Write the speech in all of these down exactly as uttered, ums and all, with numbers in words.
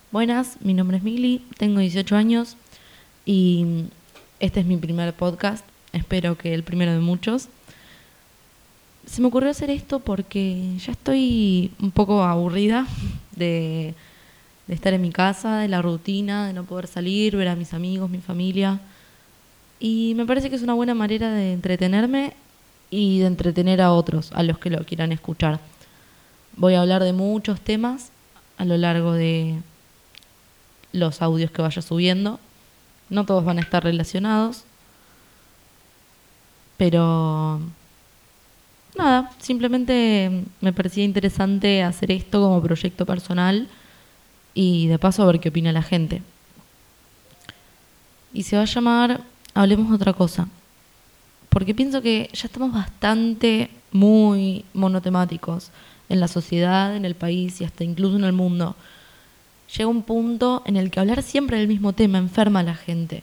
Buenas, mi nombre es Mili, tengo dieciocho años y este es mi primer podcast, espero que el primero de muchos. Se me ocurrió hacer esto porque ya estoy un poco aburrida de, de estar en mi casa, de la rutina, de no poder salir, ver a mis amigos, mi familia. Y me parece que es una buena manera de entretenerme y de entretener a otros, a los que lo quieran escuchar. Voy a hablar de muchos temas a lo largo de los audios que vaya subiendo. No todos van a estar relacionados, pero nada, simplemente me parecía interesante hacer esto como proyecto personal y de paso a ver qué opina la gente. Y se va a llamar Hablemos de otra cosa, porque pienso que ya estamos bastante muy monotemáticos en la sociedad, en el país y hasta incluso en el mundo. Llega un punto en el que hablar siempre del mismo tema enferma a la gente.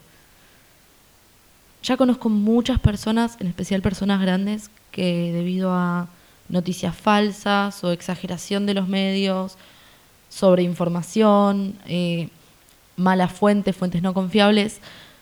Ya conozco muchas personas, en especial personas grandes, que debido a noticias falsas o exageración de los medios, sobreinformación, eh, malas fuentes, fuentes no confiables,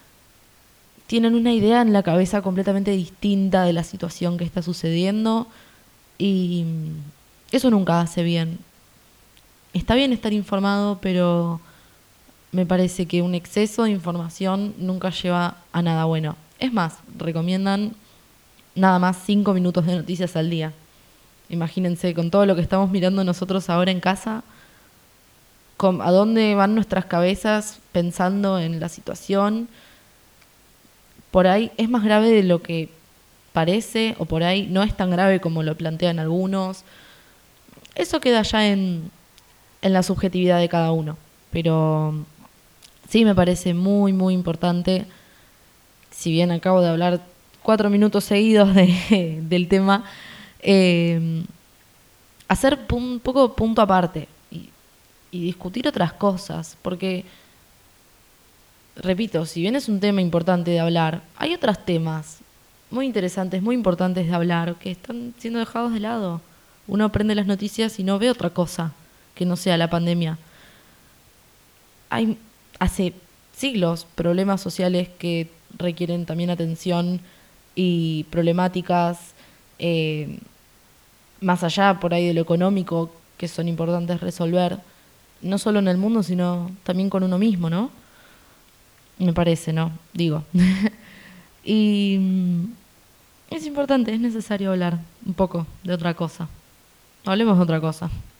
tienen una idea en la cabeza completamente distinta de la situación que está sucediendo y eso nunca hace bien. Está bien estar informado, pero me parece que un exceso de información nunca lleva a nada bueno. Es más, recomiendan nada más cinco minutos de noticias al día. Imagínense, con todo lo que estamos mirando nosotros ahora en casa, con, a dónde van nuestras cabezas pensando en la situación. Por ahí es más grave de lo que parece, o por ahí no es tan grave como lo plantean algunos. Eso queda ya en, en la subjetividad de cada uno. Pero sí me parece muy, muy importante, si bien acabo de hablar cuatro minutos seguidos de, del tema, eh, hacer un poco punto aparte y, y discutir otras cosas, porque, repito, si bien es un tema importante de hablar, hay otros temas muy interesantes, muy importantes de hablar, que están siendo dejados de lado. Uno prende las noticias y no ve otra cosa que no sea la pandemia. Hay hace siglos problemas sociales que requieren también atención y problemáticas eh, más allá por ahí de lo económico que son importantes resolver, no solo en el mundo, sino también con uno mismo, ¿no? Me parece, ¿no? Digo. y mm, es importante, es necesario hablar un poco de otra cosa. Hablemos de otra cosa.